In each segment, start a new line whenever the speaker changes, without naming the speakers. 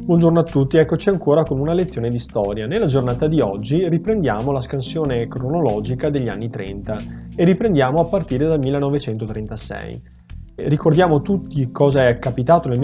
Buongiorno a tutti, eccoci ancora con una lezione di storia. Nella giornata di oggi riprendiamo la scansione cronologica degli anni 30 e riprendiamo a partire dal 1936. Ricordiamo tutti cosa è capitato nel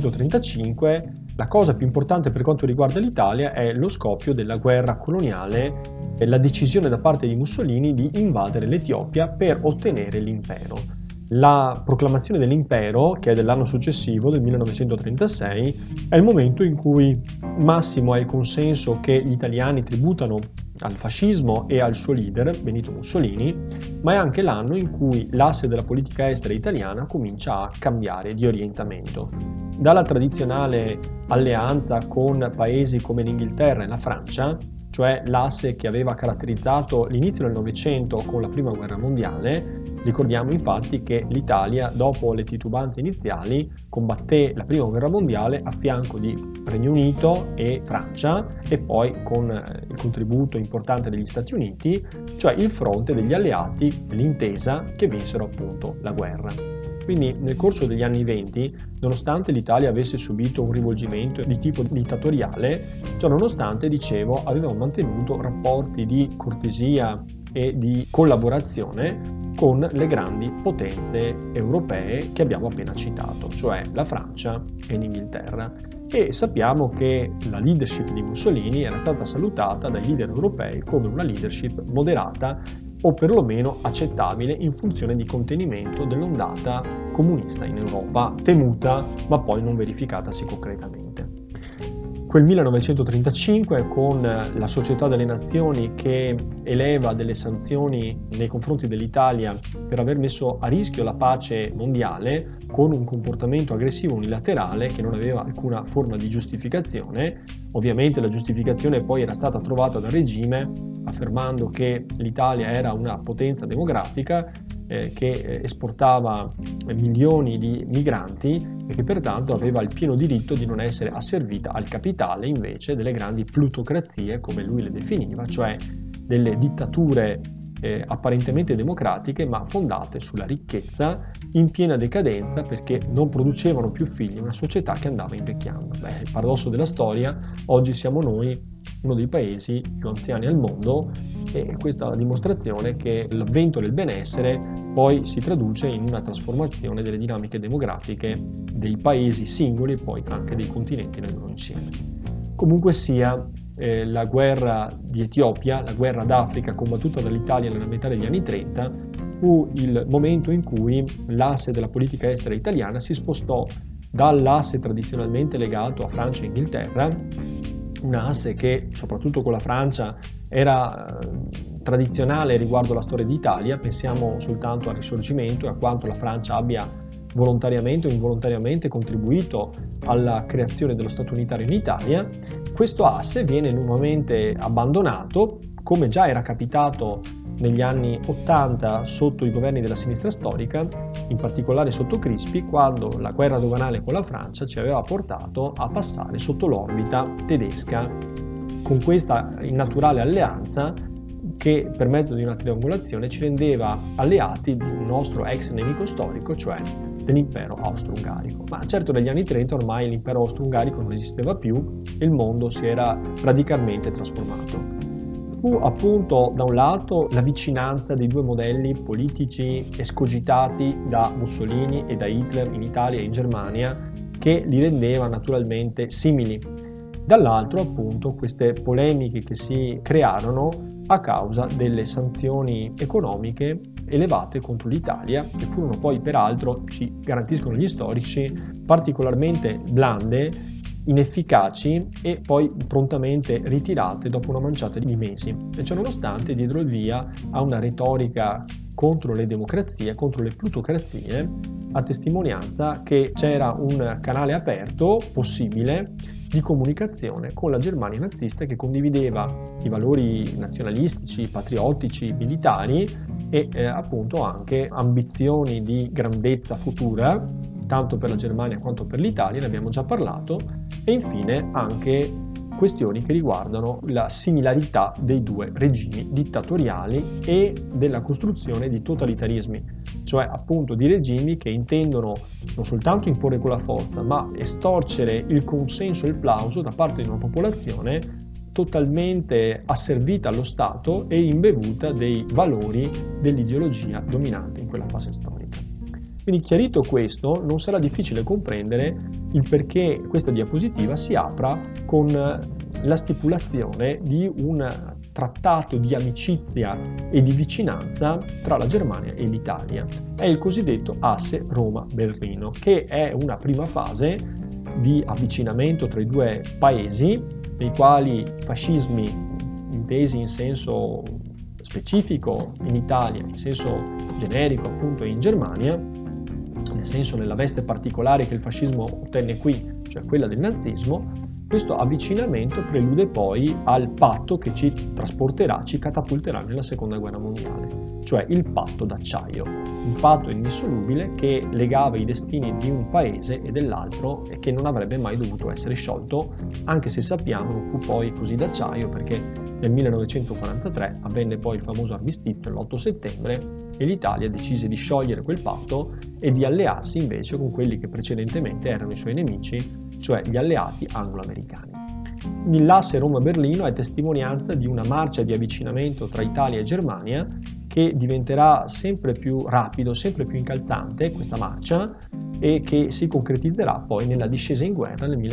1935. La cosa più importante per quanto riguarda l'Italia è lo scoppio della guerra coloniale e la decisione da parte di Mussolini di invadere l'Etiopia per ottenere l'impero. La proclamazione dell'impero, che è dell'anno successivo, del 1936, è il momento in cui massimo è il consenso che gli italiani tributano al fascismo e al suo leader, Benito Mussolini, ma è anche l'anno in cui l'asse della politica estera italiana comincia a cambiare di orientamento. Dalla tradizionale alleanza con paesi come l'Inghilterra e la Francia, cioè l'asse che aveva caratterizzato l'inizio del Novecento con la Prima Guerra Mondiale. Ricordiamo infatti che l'Italia, dopo le titubanze iniziali, combatté la Prima Guerra Mondiale a fianco di Regno Unito e Francia e poi con il contributo importante degli Stati Uniti, cioè il fronte degli alleati, l'intesa che vinsero appunto la guerra. Quindi nel corso degli anni 20, nonostante l'Italia avesse subito un rivolgimento di tipo dittatoriale, ciò nonostante, dicevo, aveva mantenuto rapporti di cortesia e di collaborazione con le grandi potenze europee che abbiamo appena citato, cioè la Francia e l'Inghilterra. E sappiamo che la leadership di Mussolini era stata salutata dai leader europei come una leadership moderata o perlomeno accettabile in funzione di contenimento dell'ondata comunista in Europa, temuta ma poi non verificatasi concretamente. Quel 1935, con la Società delle Nazioni che eleva delle sanzioni nei confronti dell'Italia per aver messo a rischio la pace mondiale con un comportamento aggressivo unilaterale che non aveva alcuna forma di giustificazione. Ovviamente la giustificazione poi era stata trovata dal regime affermando che l'Italia era una potenza demografica che esportava milioni di migranti e che pertanto aveva il pieno diritto di non essere asservita al capitale invece delle grandi plutocrazie, come lui le definiva, cioè delle dittature apparentemente democratiche ma fondate sulla ricchezza in piena decadenza perché non producevano più figli, una società che andava invecchiando. Il paradosso della storia, oggi siamo noi uno dei paesi più anziani al mondo e questa è la dimostrazione che l'avvento del benessere poi si traduce in una trasformazione delle dinamiche demografiche dei paesi singoli e poi anche dei continenti nel loro insieme. Comunque sia, la guerra di Etiopia, la guerra d'Africa combattuta dall'Italia nella metà degli anni 30, fu il momento in cui l'asse della politica estera italiana si spostò dall'asse tradizionalmente legato a Francia e Inghilterra, un asse che soprattutto con la Francia era tradizionale riguardo alla storia d'Italia. Pensiamo soltanto al Risorgimento e a quanto la Francia abbia volontariamente o involontariamente contribuito alla creazione dello Stato unitario in Italia. Questo asse viene nuovamente abbandonato, come già era capitato negli anni 80 sotto i governi della sinistra storica, in particolare sotto Crispi, quando la guerra doganale con la Francia ci aveva portato a passare sotto l'orbita tedesca, con questa innaturale alleanza che per mezzo di una triangolazione ci rendeva alleati di un nostro ex nemico storico, cioè dell'impero austro-ungarico. Ma certo negli anni 30 ormai l'impero austro-ungarico non esisteva più e il mondo si era radicalmente trasformato. Fu appunto da un lato la vicinanza dei due modelli politici escogitati da Mussolini e da Hitler in Italia e in Germania che li rendeva naturalmente simili. Dall'altro appunto queste polemiche che si crearono a causa delle sanzioni economiche elevate contro l'Italia, che furono poi peraltro, ci garantiscono gli storici, particolarmente blande, inefficaci e poi prontamente ritirate dopo una manciata di mesi. E ciò nonostante diedero il via a una retorica contro le democrazie, contro le plutocrazie, a testimonianza che c'era un canale aperto possibile di comunicazione con la Germania nazista che condivideva i valori nazionalistici, patriottici, militari e appunto anche ambizioni di grandezza futura, tanto per la Germania quanto per l'Italia, ne abbiamo già parlato, e infine anche questioni che riguardano la similarità dei due regimi dittatoriali e della costruzione di totalitarismi, cioè appunto di regimi che intendono non soltanto imporre con la forza, ma estorcere il consenso e il plauso da parte di una popolazione totalmente asservita allo Stato e imbevuta dei valori dell'ideologia dominante in quella fase storica. Quindi chiarito questo, non sarà difficile comprendere il perché questa diapositiva si apra con la stipulazione di un trattato di amicizia e di vicinanza tra la Germania e l'Italia. È il cosiddetto asse Roma-Berlino, che è una prima fase di avvicinamento tra i due paesi, nei quali fascismi intesi in senso specifico in Italia, in senso generico appunto in Germania, nel senso nella veste particolare che il fascismo ottenne qui, cioè quella del nazismo. Questo avvicinamento prelude poi al patto che ci trasporterà, ci catapulterà nella seconda guerra mondiale, cioè il patto d'acciaio, un patto indissolubile che legava i destini di un paese e dell'altro e che non avrebbe mai dovuto essere sciolto, anche se sappiamo non fu poi così d'acciaio, perché nel 1943 avvenne poi il famoso armistizio l'8 settembre e l'Italia decise di sciogliere quel patto e di allearsi invece con quelli che precedentemente erano i suoi nemici, cioè gli alleati anglo-americani. L'asse Roma-Berlino è testimonianza di una marcia di avvicinamento tra Italia e Germania che diventerà sempre più rapido, sempre più incalzante questa marcia e che si concretizzerà poi nella discesa in guerra nel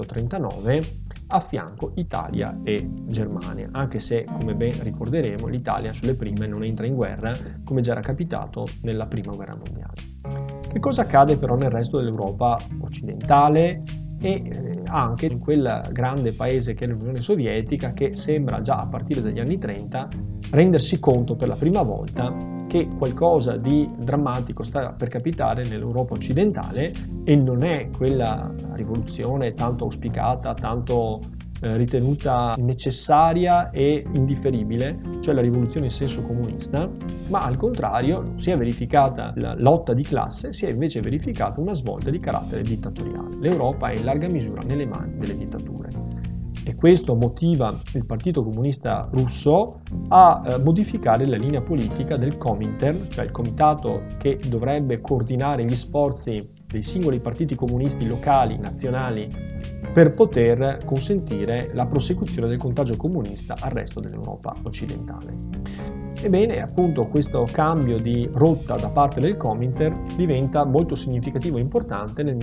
1939 a fianco Italia e Germania, anche se, come ben ricorderemo, l'Italia sulle prime non entra in guerra come già era capitato nella prima guerra mondiale. Che cosa accade però nel resto dell'Europa occidentale e anche in quel grande paese che è l'Unione Sovietica, che sembra già a partire dagli anni 30 rendersi conto per la prima volta che qualcosa di drammatico sta per capitare nell'Europa occidentale e non è quella rivoluzione tanto auspicata, tanto ritenuta necessaria e indifferibile, cioè la rivoluzione in senso comunista, ma al contrario non si è verificata la lotta di classe, si è invece verificata una svolta di carattere dittatoriale. L'Europa è in larga misura nelle mani delle dittature. E questo motiva il Partito Comunista Russo a modificare la linea politica del Comintern, cioè il comitato che dovrebbe coordinare gli sforzi dei singoli partiti comunisti locali, nazionali, per poter consentire la prosecuzione del contagio comunista al resto dell'Europa occidentale. Ebbene, appunto, questo cambio di rotta da parte del Comintern diventa molto significativo e importante nel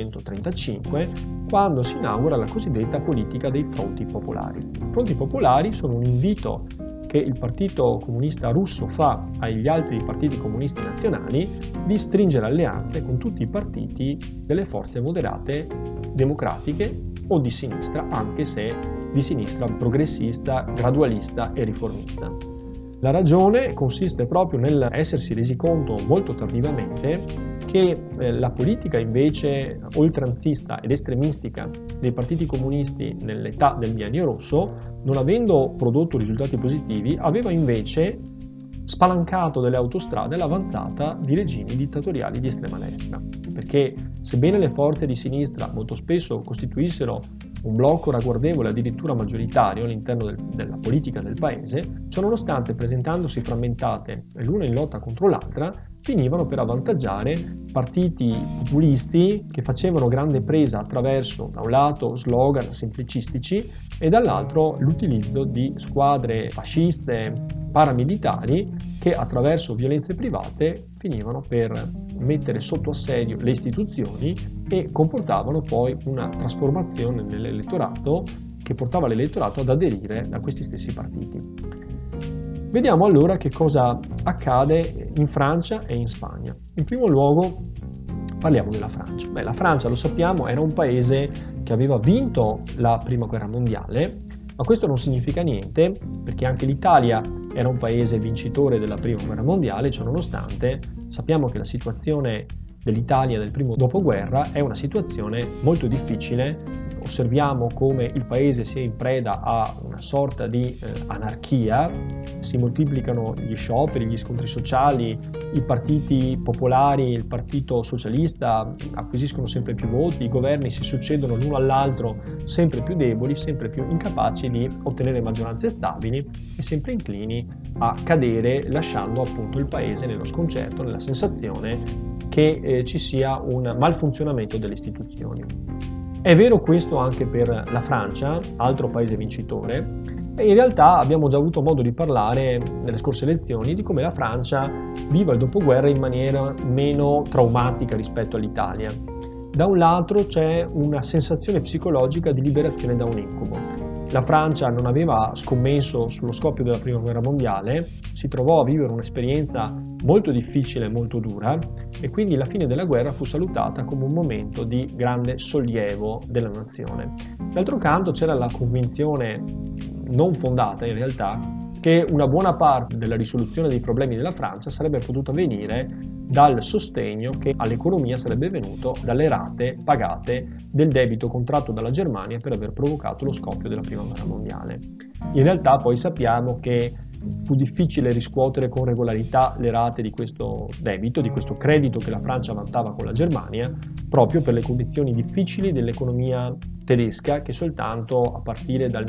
1935, quando si inaugura la cosiddetta politica dei fronti popolari. I fronti popolari sono un invito che il Partito Comunista Russo fa agli altri partiti comunisti nazionali di stringere alleanze con tutti i partiti delle forze moderate democratiche o di sinistra, anche se di sinistra progressista, gradualista e riformista. La ragione consiste proprio nell'essersi resi conto molto tardivamente che la politica invece oltranzista ed estremistica dei partiti comunisti nell'età del biennio rosso, non avendo prodotto risultati positivi, aveva invece spalancato delle autostrade l'avanzata di regimi dittatoriali di estrema destra. Perché sebbene le forze di sinistra molto spesso costituissero un blocco ragguardevole, addirittura maggioritario all'interno della politica del paese, ciononostante presentandosi frammentate l'una in lotta contro l'altra, finivano per avvantaggiare partiti populisti che facevano grande presa attraverso, da un lato, slogan semplicistici e dall'altro l'utilizzo di squadre fasciste paramilitari che attraverso violenze private finivano per mettere sotto assedio le istituzioni e comportavano poi una trasformazione nell'elettorato che portava l'elettorato ad aderire a questi stessi partiti. Vediamo allora che cosa accade in Francia e in Spagna. In primo luogo parliamo della Francia. La Francia, lo sappiamo, era un paese che aveva vinto la Prima Guerra Mondiale, ma questo non significa niente perché anche l'Italia era un paese vincitore della Prima Guerra Mondiale, ciononostante sappiamo che la situazione dell'Italia del primo dopoguerra è una situazione molto difficile osserviamo come il paese sia in preda a una sorta di anarchia, si moltiplicano gli scioperi, gli scontri sociali, i partiti popolari, il partito socialista acquisiscono sempre più voti, i governi si succedono l'uno all'altro sempre più deboli, sempre più incapaci di ottenere maggioranze stabili e sempre inclini a cadere, lasciando appunto il paese nello sconcerto, nella sensazione che ci sia un malfunzionamento delle istituzioni. È vero questo anche per la Francia, altro paese vincitore, e in realtà abbiamo già avuto modo di parlare nelle scorse lezioni di come la Francia viva il dopoguerra in maniera meno traumatica rispetto all'Italia. Da un lato c'è una sensazione psicologica di liberazione da un incubo. La Francia non aveva scommesso sullo scoppio della Prima Guerra Mondiale, si trovò a vivere un'esperienza molto difficile e molto dura e quindi la fine della guerra fu salutata come un momento di grande sollievo della nazione. D'altro canto c'era la convinzione non fondata in realtà che una buona parte della risoluzione dei problemi della Francia sarebbe potuta venire dal sostegno che all'economia sarebbe venuto dalle rate pagate del debito contratto dalla Germania per aver provocato lo scoppio della Prima Guerra Mondiale. In realtà poi sappiamo che fu difficile riscuotere con regolarità le rate di questo debito, di questo credito che la Francia vantava con la Germania, proprio per le condizioni difficili dell'economia tedesca che soltanto a partire dal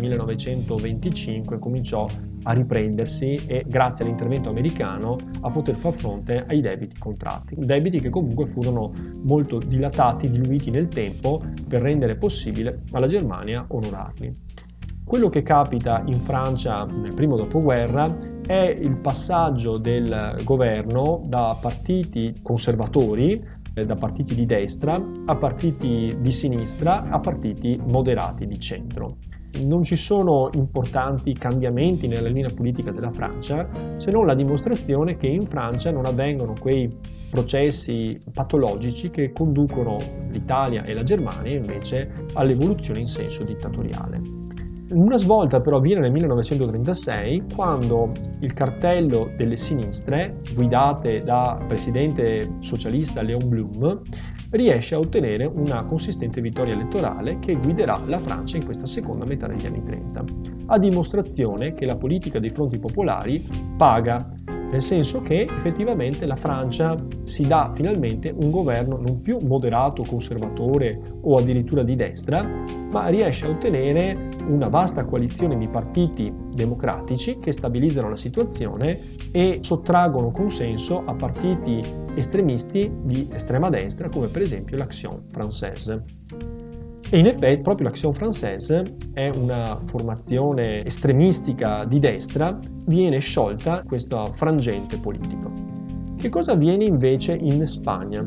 1925 cominciò a riprendersi e grazie all'intervento americano a poter far fronte ai debiti contratti. Debiti che comunque furono molto dilatati, diluiti nel tempo per rendere possibile alla Germania onorarli. Quello che capita in Francia nel primo dopoguerra è il passaggio del governo da partiti conservatori, da partiti di destra, a partiti di sinistra, a partiti moderati di centro. Non ci sono importanti cambiamenti nella linea politica della Francia, se non la dimostrazione che in Francia non avvengono quei processi patologici che conducono l'Italia e la Germania invece all'evoluzione in senso dittatoriale. Una svolta però avviene nel 1936 quando il cartello delle sinistre, guidate da presidente socialista Léon Blum, riesce a ottenere una consistente vittoria elettorale che guiderà la Francia in questa seconda metà degli anni 30, a dimostrazione che la politica dei fronti popolari paga, nel senso che effettivamente la Francia si dà finalmente un governo non più moderato, conservatore o addirittura di destra, ma riesce a ottenere una vasta coalizione di partiti democratici che stabilizzano la situazione e sottraggono consenso a partiti estremisti di estrema destra come per esempio l'Action Française. E in effetti proprio l'Action Française è una formazione estremistica di destra, viene sciolta questo frangente politico. Che cosa avviene invece in Spagna?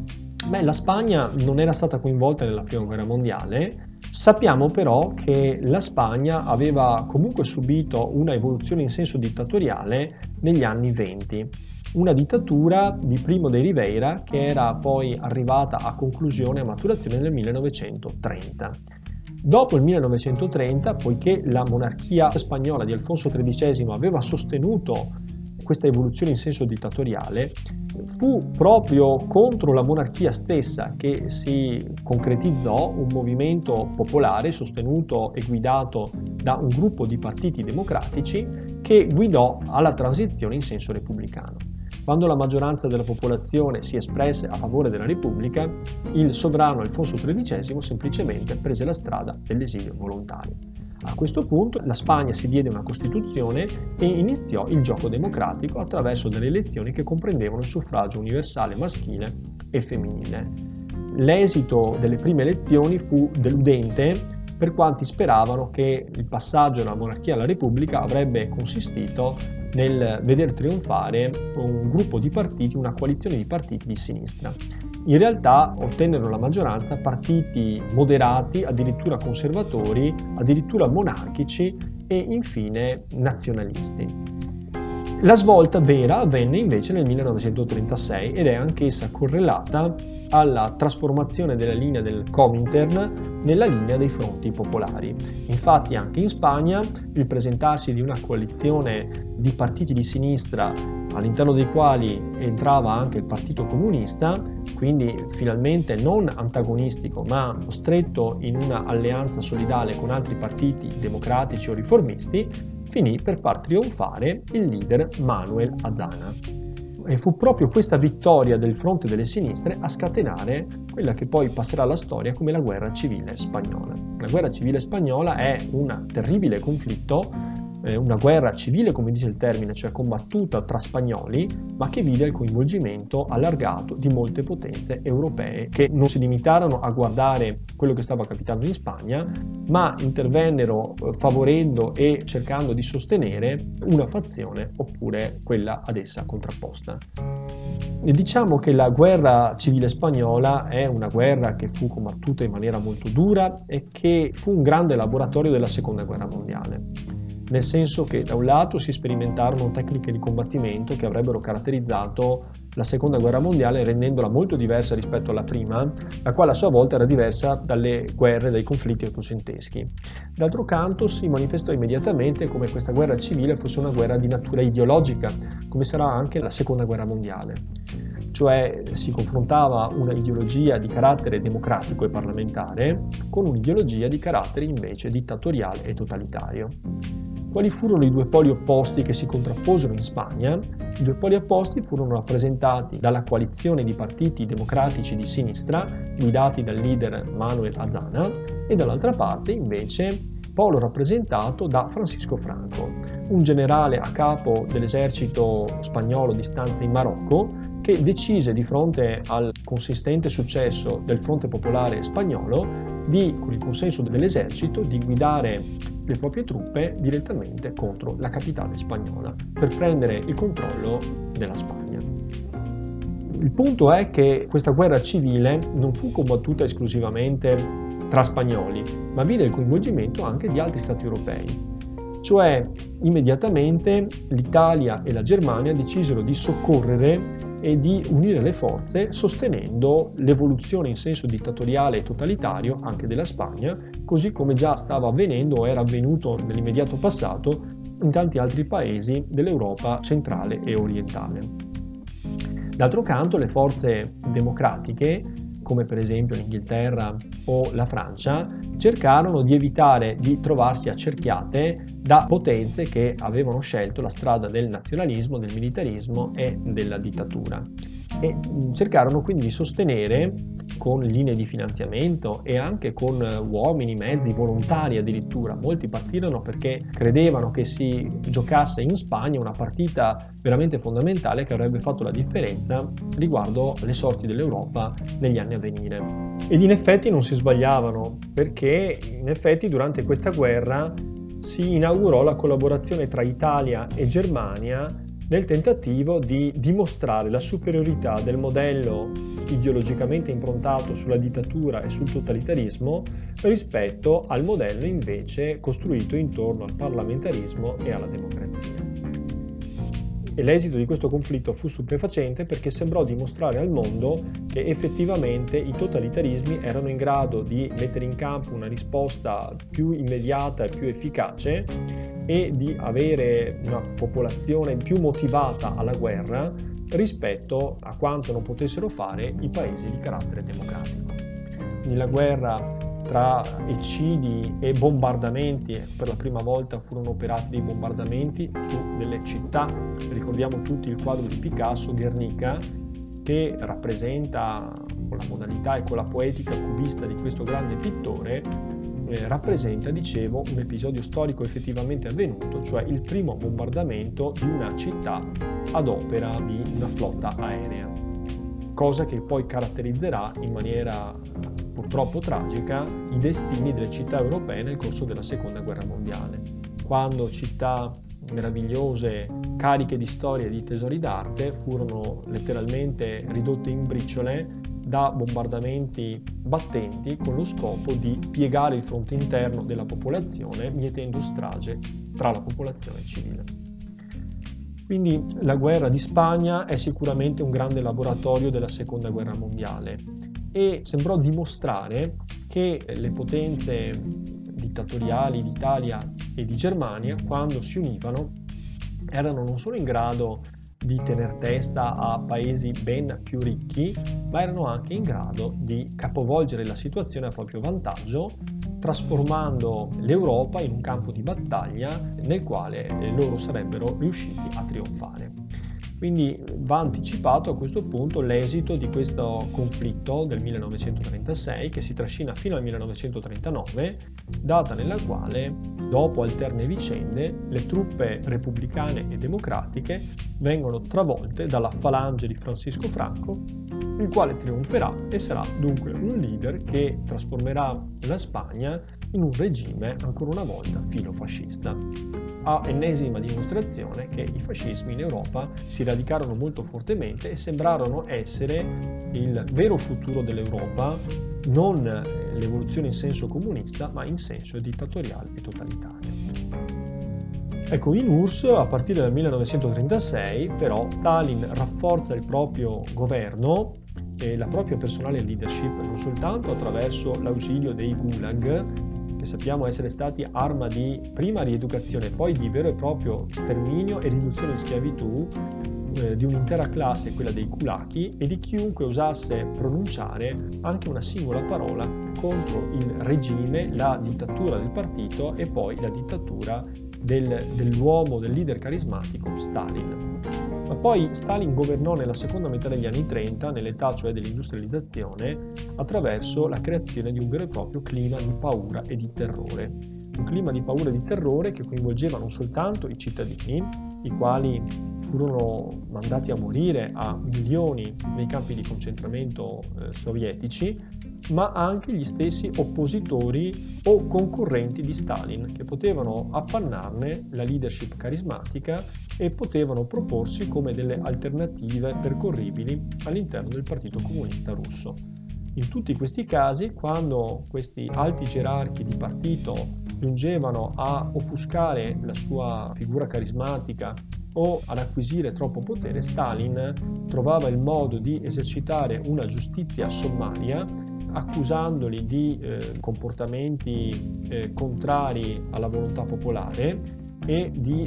La Spagna non era stata coinvolta nella Prima Guerra Mondiale, sappiamo però che la Spagna aveva comunque subito una evoluzione in senso dittatoriale negli anni 20. Una dittatura di Primo de Rivera che era poi arrivata a conclusione, a maturazione nel 1930. Dopo il 1930, poiché la monarchia spagnola di Alfonso XIII aveva sostenuto questa evoluzione in senso dittatoriale, fu proprio contro la monarchia stessa che si concretizzò un movimento popolare sostenuto e guidato da un gruppo di partiti democratici che guidò alla transizione in senso repubblicano. Quando la maggioranza della popolazione si espresse a favore della Repubblica, il sovrano Alfonso XIII semplicemente prese la strada dell'esilio volontario. A questo punto la Spagna si diede una Costituzione e iniziò il gioco democratico attraverso delle elezioni che comprendevano il suffragio universale maschile e femminile. L'esito delle prime elezioni fu deludente per quanti speravano che il passaggio dalla monarchia alla Repubblica avrebbe consistito nel veder trionfare un gruppo di partiti, una coalizione di partiti di sinistra. In realtà ottennero la maggioranza partiti moderati, addirittura conservatori, addirittura monarchici e infine nazionalisti. La svolta vera avvenne invece nel 1936 ed è anch'essa correlata alla trasformazione della linea del Comintern nella linea dei fronti popolari. Infatti anche in Spagna il presentarsi di una coalizione di partiti di sinistra all'interno dei quali entrava anche il Partito Comunista, quindi finalmente non antagonistico ma stretto in una alleanza solidale con altri partiti democratici o riformisti, finì per far trionfare il leader Manuel Azaña. E fu proprio questa vittoria del fronte delle sinistre a scatenare quella che poi passerà alla storia come la guerra civile spagnola. La guerra civile spagnola è un terribile conflitto, una guerra civile come dice il termine, cioè combattuta tra spagnoli, ma che vide il coinvolgimento allargato di molte potenze europee che non si limitarono a guardare quello che stava capitando in Spagna, ma intervennero favorendo e cercando di sostenere una fazione oppure quella ad essa contrapposta. E diciamo che la guerra civile spagnola è una guerra che fu combattuta in maniera molto dura e che fu un grande laboratorio della seconda guerra mondiale. Nel senso che da un lato si sperimentarono tecniche di combattimento che avrebbero caratterizzato la seconda guerra mondiale rendendola molto diversa rispetto alla prima, la quale a sua volta era diversa dalle guerre, dai conflitti ottocenteschi. D'altro canto si manifestò immediatamente come questa guerra civile fosse una guerra di natura ideologica, come sarà anche la seconda guerra mondiale. Cioè si confrontava una ideologia di carattere democratico e parlamentare con un'ideologia di carattere invece dittatoriale e totalitario. Quali furono i due poli opposti che si contrapposero in Spagna? I due poli opposti furono rappresentati dalla coalizione di partiti democratici di sinistra, guidati dal leader Manuel Azaña, e dall'altra parte invece polo rappresentato da Francisco Franco, un generale a capo dell'esercito spagnolo di stanza in Marocco, che decise di fronte al consistente successo del Fronte Popolare Spagnolo con il consenso dell'esercito, di guidare le proprie truppe direttamente contro la capitale spagnola per prendere il controllo della Spagna. Il punto è che questa guerra civile non fu combattuta esclusivamente tra spagnoli, ma vide il coinvolgimento anche di altri stati europei. Cioè, immediatamente l'Italia e la Germania decisero di soccorrere e di unire le forze sostenendo l'evoluzione in senso dittatoriale e totalitario anche della Spagna, così come già stava avvenendo o era avvenuto nell'immediato passato in tanti altri paesi dell'Europa centrale e orientale. D'altro canto le forze democratiche, come per esempio l'Inghilterra o la Francia, cercarono di evitare di trovarsi accerchiate da potenze che avevano scelto la strada del nazionalismo, del militarismo e della dittatura, e cercarono quindi di sostenere con linee di finanziamento e anche con uomini, mezzi, volontari addirittura. Molti partirono perché credevano che si giocasse in Spagna una partita veramente fondamentale che avrebbe fatto la differenza riguardo le sorti dell'Europa negli anni a venire. Ed in effetti non si sbagliavano, perché in effetti durante questa guerra si inaugurò la collaborazione tra Italia e Germania nel tentativo di dimostrare la superiorità del modello ideologicamente improntato sulla dittatura e sul totalitarismo rispetto al modello invece costruito intorno al parlamentarismo e alla democrazia. E l'esito di questo conflitto fu stupefacente perché sembrò dimostrare al mondo che effettivamente i totalitarismi erano in grado di mettere in campo una risposta più immediata e più efficace e di avere una popolazione più motivata alla guerra rispetto a quanto non potessero fare i paesi di carattere democratico. Nella guerra tra eccidi e bombardamenti, per la prima volta furono operati dei bombardamenti su delle città. Ricordiamo tutti il quadro di Picasso, Guernica, che rappresenta, con la modalità e con la poetica cubista di questo grande pittore, rappresenta, dicevo, un episodio storico effettivamente avvenuto, cioè il primo bombardamento di una città ad opera di una flotta aerea, cosa che poi caratterizzerà in maniera purtroppo tragica i destini delle città europee nel corso della Seconda Guerra Mondiale, quando città meravigliose, cariche di storia e di tesori d'arte, furono letteralmente ridotte in briciole da bombardamenti battenti con lo scopo di piegare il fronte interno della popolazione, mietendo strage tra la popolazione civile. Quindi la guerra di Spagna è sicuramente un grande laboratorio della seconda guerra mondiale e sembrò dimostrare che le potenze dittatoriali d'Italia e di Germania, quando si univano, erano non solo in grado di tener testa a paesi ben più ricchi, ma erano anche in grado di capovolgere la situazione a proprio vantaggio, trasformando l'Europa in un campo di battaglia nel quale loro sarebbero riusciti a trionfare. Quindi va anticipato a questo punto l'esito di questo conflitto del 1936 che si trascina fino al 1939, data nella quale, dopo alterne vicende, le truppe repubblicane e democratiche vengono travolte dalla falange di Francisco Franco, il quale trionferà e sarà dunque un leader che trasformerà la Spagna in un regime ancora una volta filofascista. A ennesima dimostrazione che i fascismi in Europa si radicarono molto fortemente e sembrarono essere il vero futuro dell'Europa, non l'evoluzione in senso comunista, ma in senso dittatoriale e totalitario. Ecco, in URSS, a partire dal 1936, però, Stalin rafforza il proprio governo e la propria personale leadership, non soltanto attraverso l'ausilio dei gulag, che sappiamo essere stati arma di prima rieducazione, poi di vero e proprio sterminio e riduzione in schiavitù di un'intera classe, quella dei kulaki, e di chiunque osasse pronunciare anche una singola parola contro il regime, la dittatura del partito e poi la dittatura dell'uomo, del leader carismatico Stalin. Ma poi Stalin governò nella seconda metà degli anni 30, nell'età cioè dell'industrializzazione, attraverso la creazione di un vero e proprio clima di paura e di terrore. Un clima di paura e di terrore che coinvolgeva non soltanto i cittadini, i quali furono mandati a morire a milioni nei campi di concentramento sovietici, ma anche gli stessi oppositori o concorrenti di Stalin, che potevano appannarne la leadership carismatica e potevano proporsi come delle alternative percorribili all'interno del Partito Comunista Russo. In tutti questi casi, quando questi alti gerarchi di partito giungevano a offuscare la sua figura carismatica o ad acquisire troppo potere, Stalin trovava il modo di esercitare una giustizia sommaria, accusandoli di comportamenti contrari alla volontà popolare e di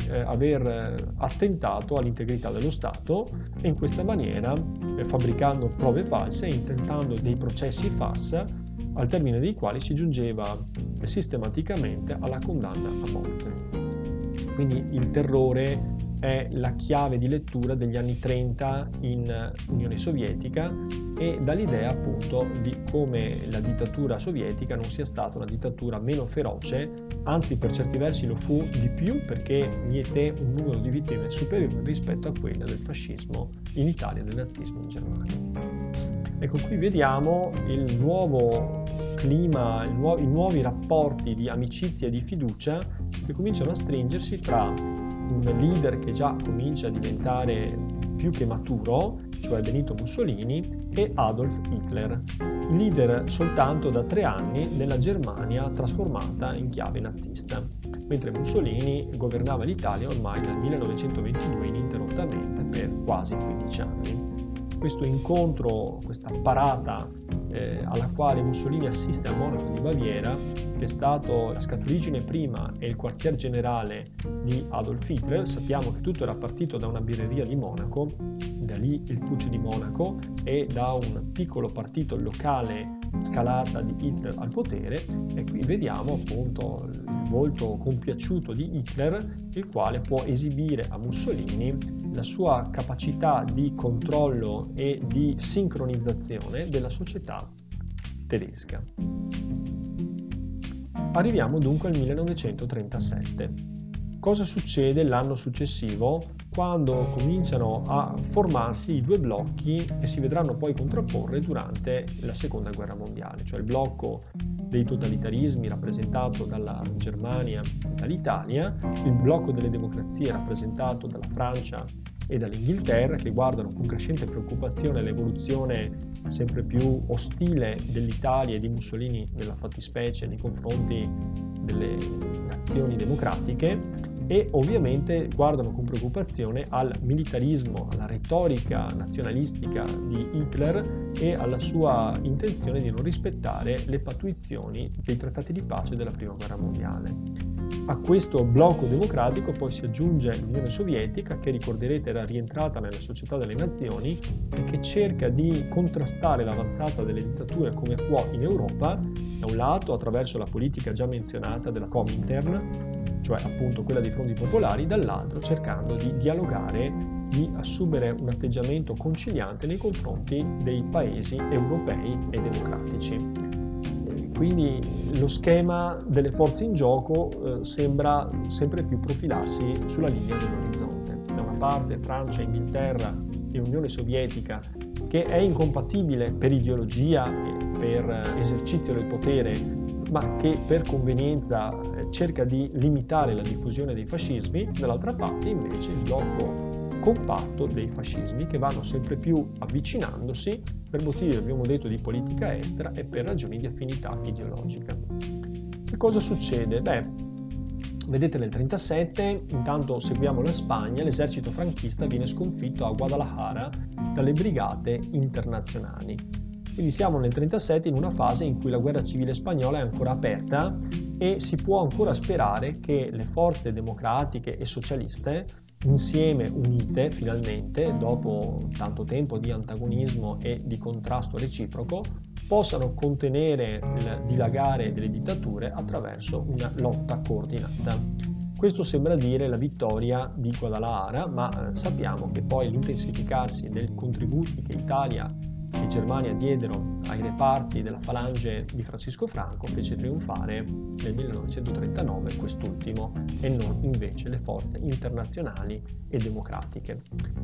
aver attentato all'integrità dello Stato, e in questa maniera fabbricando prove false e intentando dei processi farsa, al termine dei quali si giungeva sistematicamente alla condanna a morte. Quindi il terrore è la chiave di lettura degli anni 30 in Unione Sovietica e dall'idea appunto di come la dittatura sovietica non sia stata una dittatura meno feroce, anzi per certi versi lo fu di più perché mieté un numero di vittime superiore rispetto a quella del fascismo in Italia e del nazismo in Germania. Ecco, qui vediamo il nuovo clima, i nuovi rapporti di amicizia e di fiducia che cominciano a stringersi tra un leader che già comincia a diventare più che maturo, cioè Benito Mussolini, e Adolf Hitler, leader soltanto da 3 anni nella Germania trasformata in chiave nazista, mentre Mussolini governava l'Italia ormai dal 1922 ininterrottamente per quasi 15 anni. Questo incontro, questa parata alla quale Mussolini assiste a Monaco di Baviera, che è stato la scaturigine prima e il quartier generale di Adolf Hitler. Sappiamo che tutto era partito da una birreria di Monaco, da lì il Putsch di Monaco, e da un piccolo partito locale scalata di Hitler al potere, e qui vediamo appunto il volto compiaciuto di Hitler, il quale può esibire a Mussolini la sua capacità di controllo e di sincronizzazione della società tedesca. Arriviamo dunque al 1937. Cosa succede l'anno successivo, quando cominciano a formarsi i due blocchi che si vedranno poi contrapporre durante la Seconda Guerra Mondiale, cioè il blocco dei totalitarismi rappresentato dalla Germania e dall'Italia, il blocco delle democrazie rappresentato dalla Francia e dall'Inghilterra, che guardano con crescente preoccupazione l'evoluzione sempre più ostile dell'Italia e di Mussolini nella fattispecie nei confronti delle nazioni democratiche, e ovviamente guardano con preoccupazione al militarismo, alla retorica nazionalistica di Hitler e alla sua intenzione di non rispettare le pattuizioni dei trattati di pace della Prima Guerra Mondiale. A questo blocco democratico poi si aggiunge l'Unione Sovietica, che ricorderete era rientrata nella Società delle Nazioni e che cerca di contrastare l'avanzata delle dittature come può in Europa, da un lato attraverso la politica già menzionata della Comintern, cioè appunto quella dei fronti popolari, dall'altro cercando di dialogare, di assumere un atteggiamento conciliante nei confronti dei paesi europei e democratici. Quindi lo schema delle forze in gioco sembra sempre più profilarsi sulla linea dell'orizzonte. Da una parte Francia, Inghilterra e Unione Sovietica, che è incompatibile per ideologia e per esercizio del potere, ma che per convenienza cerca di limitare la diffusione dei fascismi, dall'altra parte invece il blocco compatto dei fascismi, che vanno sempre più avvicinandosi per motivi, abbiamo detto, di politica estera e per ragioni di affinità ideologica. Che cosa succede? Beh, vedete nel 1937, intanto seguiamo la Spagna, l'esercito franchista viene sconfitto a Guadalajara dalle brigate internazionali. Quindi siamo nel 1937 in una fase in cui la guerra civile spagnola è ancora aperta e si può ancora sperare che le forze democratiche e socialiste, insieme unite finalmente, dopo tanto tempo di antagonismo e di contrasto reciproco, possano contenere il dilagare delle dittature attraverso una lotta coordinata. Questo sembra dire la vittoria di Guadalajara, ma sappiamo che poi l'intensificarsi dei contributi che Italia e Germania diedero ai reparti della falange di Francisco Franco fece trionfare nel 1939 quest'ultimo e non invece le forze internazionali e democratiche.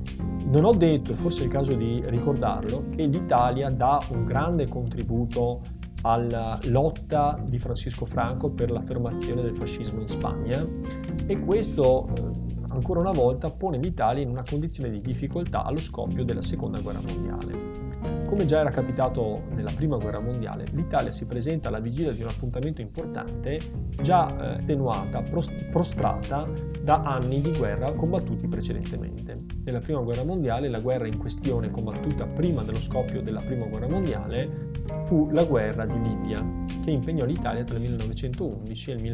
Non ho detto, e forse è il caso di ricordarlo, che l'Italia dà un grande contributo alla lotta di Francisco Franco per l'affermazione del fascismo in Spagna, e questo ancora una volta pone l'Italia in una condizione di difficoltà allo scoppio della Seconda Guerra Mondiale. Come già era capitato nella Prima Guerra Mondiale, l'Italia si presenta alla vigilia di un appuntamento importante, già tenuata, prostrata da anni di guerra combattuti precedentemente. Nella Prima Guerra Mondiale, la guerra in questione combattuta prima dello scoppio della Prima Guerra Mondiale fu la guerra di Libia, che impegnò l'Italia tra il 1911 e il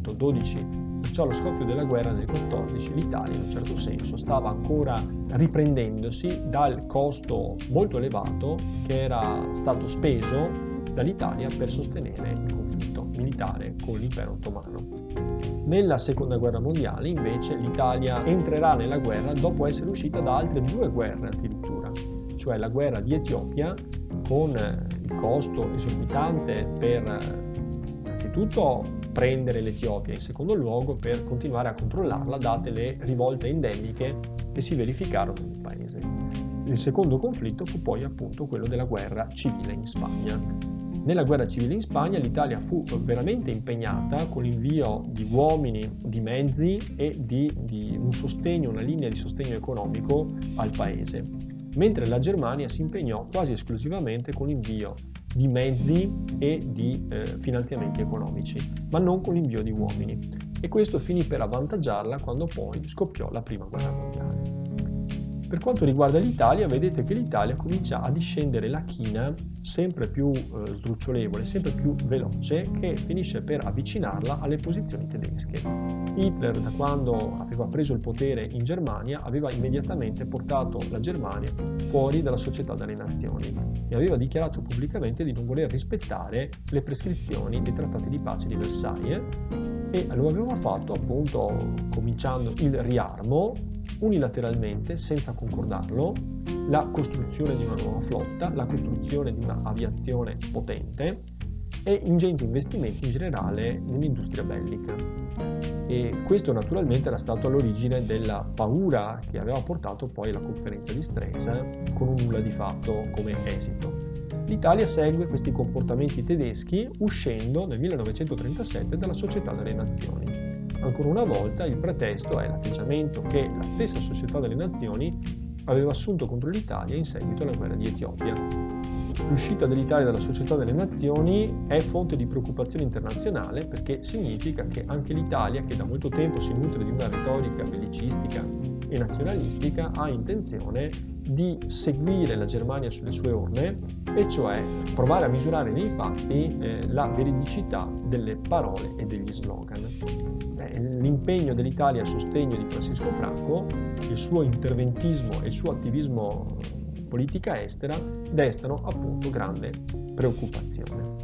1912. Perciò allo scoppio della guerra del 14 l'Italia in un certo senso stava ancora riprendendosi dal costo molto elevato che era stato speso dall'Italia per sostenere il conflitto militare con l'Impero Ottomano. Nella Seconda Guerra Mondiale invece l'Italia entrerà nella guerra dopo essere uscita da altre due guerre addirittura, cioè la guerra di Etiopia con il costo esorbitante per innanzitutto prendere l'Etiopia, in secondo luogo per continuare a controllarla date le rivolte endemiche che si verificarono nel paese. Il secondo conflitto fu poi appunto quello della guerra civile in Spagna. Nella guerra civile in Spagna l'Italia fu veramente impegnata con l'invio di uomini, di mezzi e di un sostegno, una linea di sostegno economico al paese, mentre la Germania si impegnò quasi esclusivamente con l'invio di mezzi e di finanziamenti economici, ma non con l'invio di uomini, e questo finì per avvantaggiarla quando poi scoppiò la Prima Guerra Mondiale. Per quanto riguarda l'Italia, vedete che l'Italia comincia a discendere la china sempre più sdrucciolevole, sempre più veloce, che finisce per avvicinarla alle posizioni tedesche. Hitler, da quando aveva preso il potere in Germania, aveva immediatamente portato la Germania fuori dalla Società delle Nazioni e aveva dichiarato pubblicamente di non voler rispettare le prescrizioni dei trattati di pace di Versailles, e lo aveva fatto appunto cominciando il riarmo unilateralmente, senza concordarlo, la costruzione di una nuova flotta, la costruzione di una aviazione potente e ingenti investimenti in generale nell'industria bellica. E questo naturalmente era stato all'origine della paura che aveva portato poi alla conferenza di Stresa, con un nulla di fatto come esito. L'Italia segue questi comportamenti tedeschi uscendo nel 1937 dalla Società delle Nazioni. Ancora una volta il pretesto è l'atteggiamento che la stessa Società delle Nazioni aveva assunto contro l'Italia in seguito alla guerra di Etiopia. L'uscita dell'Italia dalla Società delle Nazioni è fonte di preoccupazione internazionale perché significa che anche l'Italia, che da molto tempo si nutre di una retorica bellicistica e nazionalistica, ha intenzione di seguire la Germania sulle sue orme, e cioè provare a misurare nei fatti la veridicità delle parole e degli slogan. L'impegno dell'Italia a sostegno di Francisco Franco, il suo interventismo e il suo attivismo politica estera destano appunto grande preoccupazione.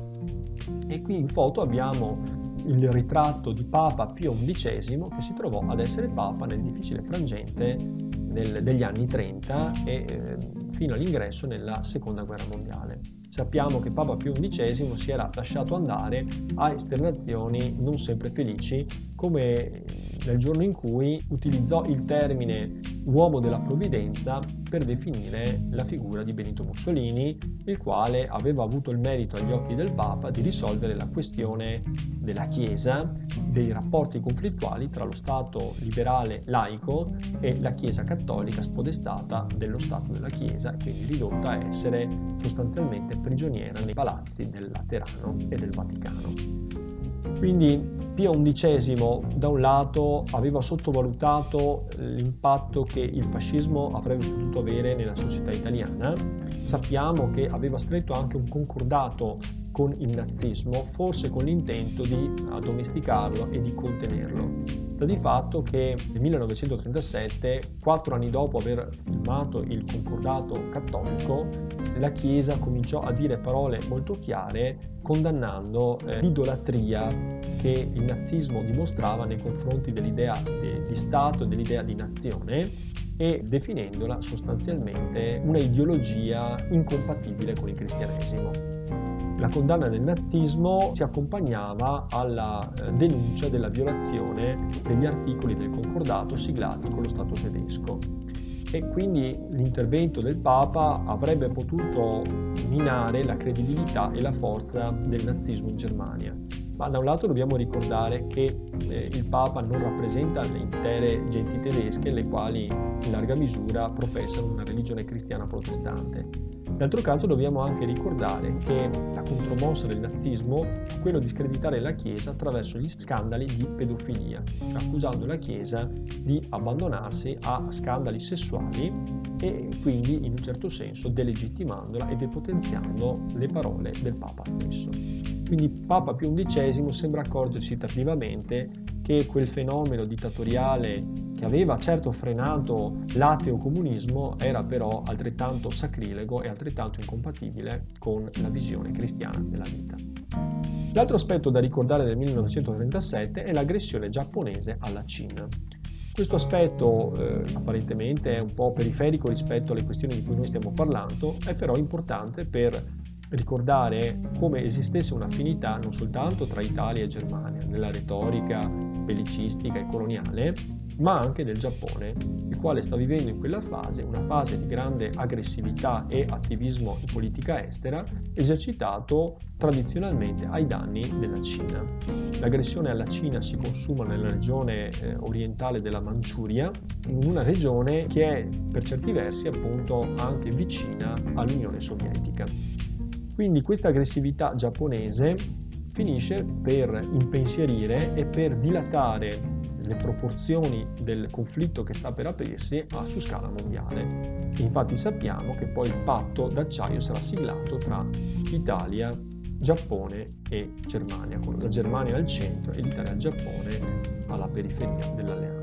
E qui in foto abbiamo il ritratto di Papa Pio XI, che si trovò ad essere Papa nel difficile frangente degli anni 30 e fino all'ingresso nella Seconda Guerra Mondiale. Sappiamo che Papa Pio XI si era lasciato andare a esternazioni non sempre felici, come nel giorno in cui utilizzò il termine uomo della provvidenza per definire la figura di Benito Mussolini, il quale aveva avuto il merito agli occhi del Papa di risolvere la questione della Chiesa, dei rapporti conflittuali tra lo Stato liberale laico e la Chiesa cattolica spodestata dello Stato della Chiesa, quindi ridotta a essere sostanzialmente prigioniera nei palazzi del Laterano e del Vaticano. Quindi Pio XI da un lato aveva sottovalutato l'impatto che il fascismo avrebbe potuto avere nella società italiana. Sappiamo che aveva stretto anche un concordato con il nazismo, forse con l'intento di addomesticarlo e di contenerlo. Sta di fatto che nel 1937, 4 anni dopo aver firmato il concordato cattolico, la Chiesa cominciò a dire parole molto chiare condannando l'idolatria che il nazismo dimostrava nei confronti dell'idea di Stato e dell'idea di nazione, e definendola sostanzialmente una ideologia incompatibile con il cristianesimo. La condanna del nazismo si accompagnava alla denuncia della violazione degli articoli del concordato siglati con lo Stato tedesco, e quindi l'intervento del Papa avrebbe potuto minare la credibilità e la forza del nazismo in Germania. Ma da un lato dobbiamo ricordare che il Papa non rappresenta le intere genti tedesche, le quali in larga misura professano una religione cristiana protestante. D'altro canto dobbiamo anche ricordare che la contromossa del nazismo fu quello di screditare la Chiesa attraverso gli scandali di pedofilia, cioè accusando la Chiesa di abbandonarsi a scandali sessuali e quindi in un certo senso delegittimandola e depotenziando le parole del Papa stesso. Quindi Papa Pio XI sembra accorgersi tardivamente che quel fenomeno dittatoriale che aveva certo frenato l'ateo-comunismo era però altrettanto sacrilego e altrettanto incompatibile con la visione cristiana della vita. L'altro aspetto da ricordare del 1937 è l'aggressione giapponese alla Cina. Questo aspetto apparentemente è un po' periferico rispetto alle questioni di cui noi stiamo parlando, è però importante per ricordare come esistesse un'affinità non soltanto tra Italia e Germania nella retorica bellicistica e coloniale, ma anche del Giappone, il quale sta vivendo in quella fase una fase di grande aggressività e attivismo in politica estera, esercitato tradizionalmente ai danni della Cina. L'aggressione alla Cina si consuma nella regione orientale della Manciuria, in una regione che è per certi versi appunto anche vicina all'Unione Sovietica. Quindi questa aggressività giapponese finisce per impensierire e per dilatare le proporzioni del conflitto che sta per aprirsi su scala mondiale. Infatti sappiamo che poi il patto d'acciaio sarà siglato tra Italia, Giappone e Germania, con la Germania al centro e l'Italia e il Giappone alla periferia dell'alleanza.